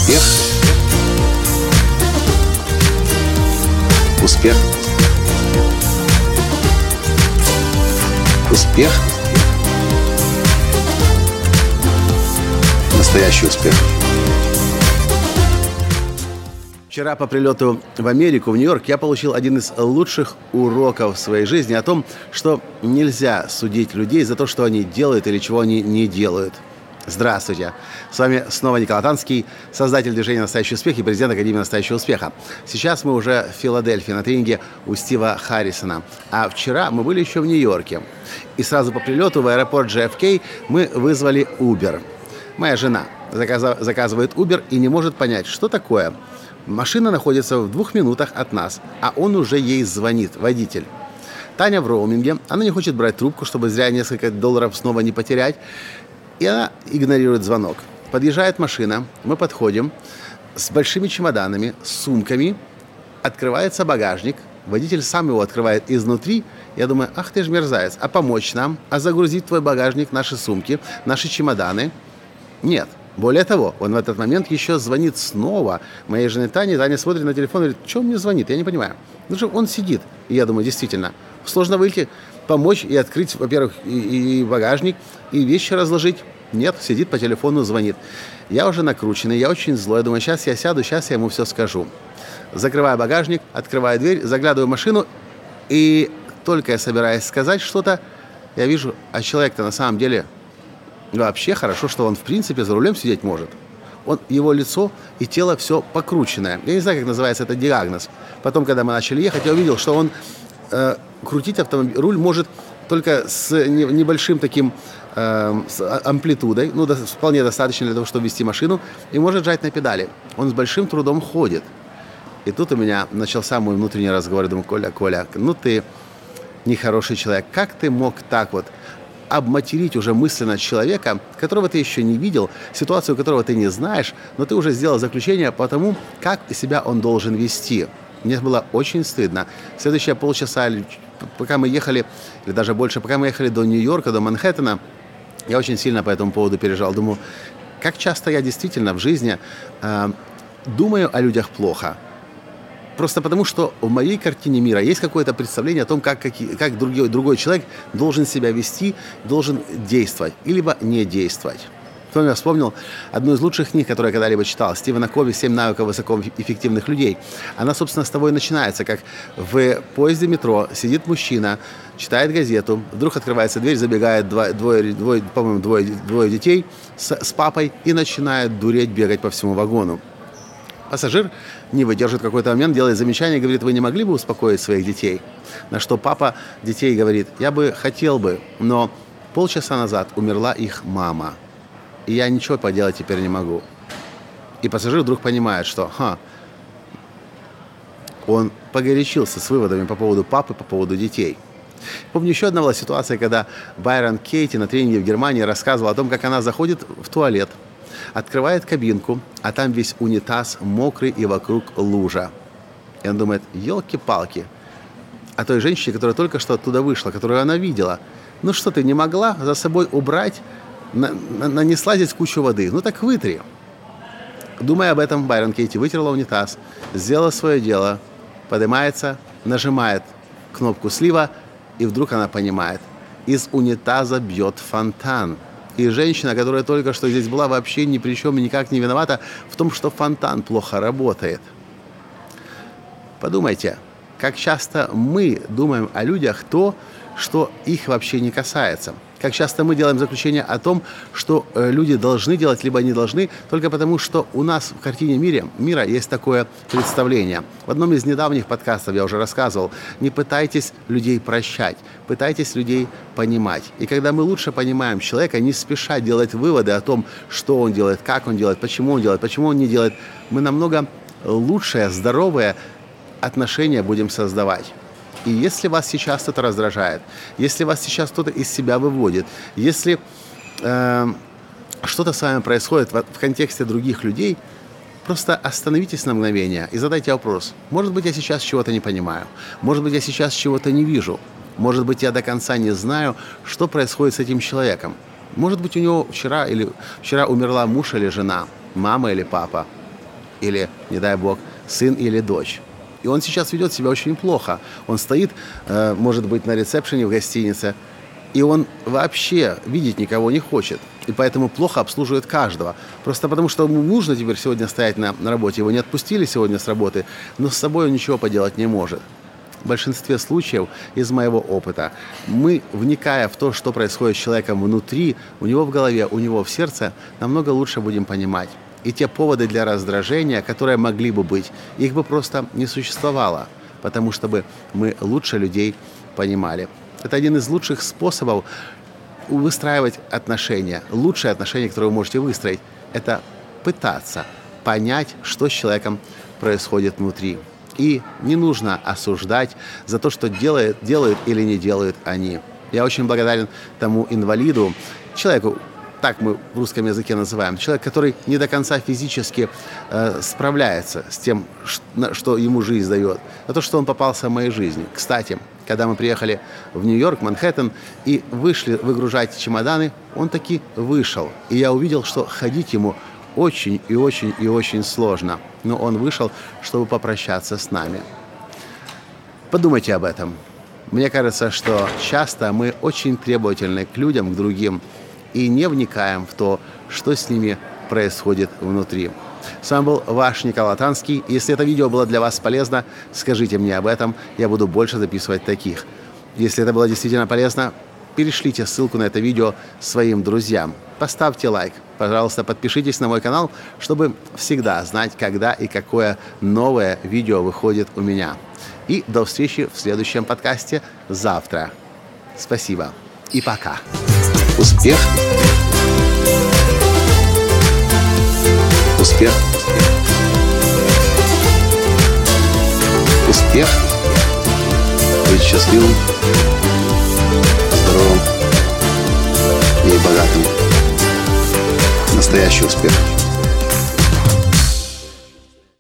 Успех. Успех. Успех. Настоящий успех. Вчера по прилету в Америку, в Нью-Йорк, я получил один из лучших уроков в своей жизни о том, что нельзя судить людей за то, что они делают или чего они не делают. Здравствуйте! С вами снова Николай Танский, создатель движения «Настоящий успех» и президент Академии «Настоящего успеха». Сейчас мы уже в Филадельфии на тренинге у Стива Харрисона. А вчера мы были еще в Нью-Йорке. И сразу по прилету в аэропорт JFK мы вызвали Uber. Моя жена заказывает Uber и не может понять, что такое. Машина находится в 2 минутах от нас, а он уже ей звонит, водитель. Таня в роуминге, она не хочет брать трубку, чтобы зря несколько долларов снова не потерять. И она игнорирует звонок. Подъезжает машина, мы подходим с большими чемоданами, с сумками. Открывается багажник, водитель сам его открывает изнутри. Я думаю, ах ты ж мерзавец, а помочь нам, а загрузить твой багажник, наши сумки, наши чемоданы? Нет. Более того, он в этот момент еще звонит снова моей жене Тане. Таня смотрит на телефон и говорит, что он мне звонит, я не понимаю. Ну что, он сидит. И я думаю, действительно, сложно выйти, помочь и открыть, во-первых, и багажник, и вещи разложить. Нет, сидит по телефону, звонит. Я уже накрученный, я очень злой. Я думаю, сейчас я сяду, сейчас я ему все скажу. Закрываю багажник, открываю дверь, заглядываю в машину, и только я собираюсь сказать что-то, я вижу, а человек-то на самом деле вообще хорошо, что он в принципе за рулем сидеть может. Его лицо и тело все покрученное. Я не знаю, как называется этот диагноз. Потом, когда мы начали ехать, я увидел, что он крутить руль может только с небольшим таким с амплитудой, вполне достаточно для того, чтобы вести машину, и может жать на педали. Он с большим трудом ходит. И тут у меня начался мой внутренний разговор. Я думаю, Коля, ну ты нехороший человек. Как ты мог так вот обматерить уже мысленно человека, которого ты еще не видел, ситуацию которого ты не знаешь, но ты уже сделал заключение по тому, как себя он должен вести. Мне было очень стыдно. Следующие полчаса, пока мы ехали, или даже больше, пока мы ехали до Нью-Йорка, до Манхэттена, я очень сильно по этому поводу переживал. Думаю, как часто я действительно в жизни думаю о людях плохо. Просто потому, что в моей картине мира есть какое-то представление о том, как другой человек должен себя вести, должен действовать, либо не действовать. Потом я вспомнил одну из лучших книг, которую я когда-либо читал, Стивена Кови «7 навыков высокоэффективных людей». Она, собственно, с того и начинается, как в поезде метро сидит мужчина, читает газету, вдруг открывается дверь, забегает двое детей с папой и начинает дуреть, бегать по всему вагону. Пассажир не выдержит в какой-то момент, делает замечание, говорит, вы не могли бы успокоить своих детей? На что папа детей говорит, я бы хотел бы, но полчаса назад умерла их мама. И я ничего поделать теперь не могу. И пассажир вдруг понимает, что он погорячился с выводами по поводу папы, по поводу детей. Помню, еще одна была ситуация, когда Байрон Кейти на тренинге в Германии рассказывал о том, как она заходит в туалет, открывает кабинку, а там весь унитаз мокрый и вокруг лужа. И он думает, елки-палки. А той женщине, которая только что оттуда вышла, которую она видела, ну что ты не могла за собой убрать, нанесла здесь кучу воды, ну так вытри. Думая об этом, Байрон Кейти вытерла унитаз, сделала свое дело, поднимается, нажимает кнопку слива, и вдруг она понимает, из унитаза бьет фонтан. И женщина, которая только что здесь была, вообще ни при чем и никак не виновата в том, что фонтан плохо работает. Подумайте, как часто мы думаем о людях то, что их вообще не касается. Как часто мы делаем заключение о том, что люди должны делать, либо не должны, только потому, что у нас в картине мира есть такое представление. В одном из недавних подкастов я уже рассказывал, не пытайтесь людей прощать, пытайтесь людей понимать. И когда мы лучше понимаем человека, не спеша делать выводы о том, что он делает, как он делает, почему он не делает, мы намного лучшее, здоровое отношение будем создавать. И если вас сейчас что-то раздражает, если вас сейчас кто-то из себя выводит, если что-то с вами происходит в контексте других людей, просто остановитесь на мгновение и задайте вопрос. Может быть, я сейчас чего-то не понимаю, может быть, я сейчас чего-то не вижу, может быть, я до конца не знаю, что происходит с этим человеком. Может быть, у него вчера умерла муж или жена, мама или папа. или, не дай бог, сын или дочь. И он сейчас ведет себя очень плохо. Он стоит, может быть, на ресепшене в гостинице, и он вообще видеть никого не хочет. И поэтому плохо обслуживает каждого. Просто потому, что ему нужно теперь сегодня стоять на работе. Его не отпустили сегодня с работы, но с собой он ничего поделать не может. В большинстве случаев, из моего опыта, мы, вникая в то, что происходит с человеком внутри, у него в голове, у него в сердце, намного лучше будем понимать. И те поводы для раздражения, которые могли бы быть, их бы просто не существовало, потому что бы мы лучше людей понимали. Это один из лучших способов выстраивать отношения. Лучшие отношения, которые вы можете выстроить, это пытаться понять, что с человеком происходит внутри. И не нужно осуждать за то, что делают или не делают они. Я очень благодарен тому инвалиду, человеку, так мы в русском языке называем, человек, который не до конца физически справляется с тем, что ему жизнь дает, за то, что он попался в моей жизни. Кстати, когда мы приехали в Нью-Йорк, Манхэттен, и вышли выгружать чемоданы, он таки вышел. И я увидел, что ходить ему очень и очень и очень сложно. Но он вышел, чтобы попрощаться с нами. Подумайте об этом. Мне кажется, что часто мы очень требовательны к людям, к другим, и не вникаем в то, что с ними происходит внутри. С вами был ваш Николай Танский. Если это видео было для вас полезно, скажите мне об этом. Я буду больше записывать таких. Если это было действительно полезно, перешлите ссылку на это видео своим друзьям. Поставьте лайк. Пожалуйста, подпишитесь на мой канал, чтобы всегда знать, когда и какое новое видео выходит у меня. И до встречи в следующем подкасте завтра. Спасибо и пока. Успех. Успех. Успех. Быть счастливым, здоровым и богатым. Настоящий успех.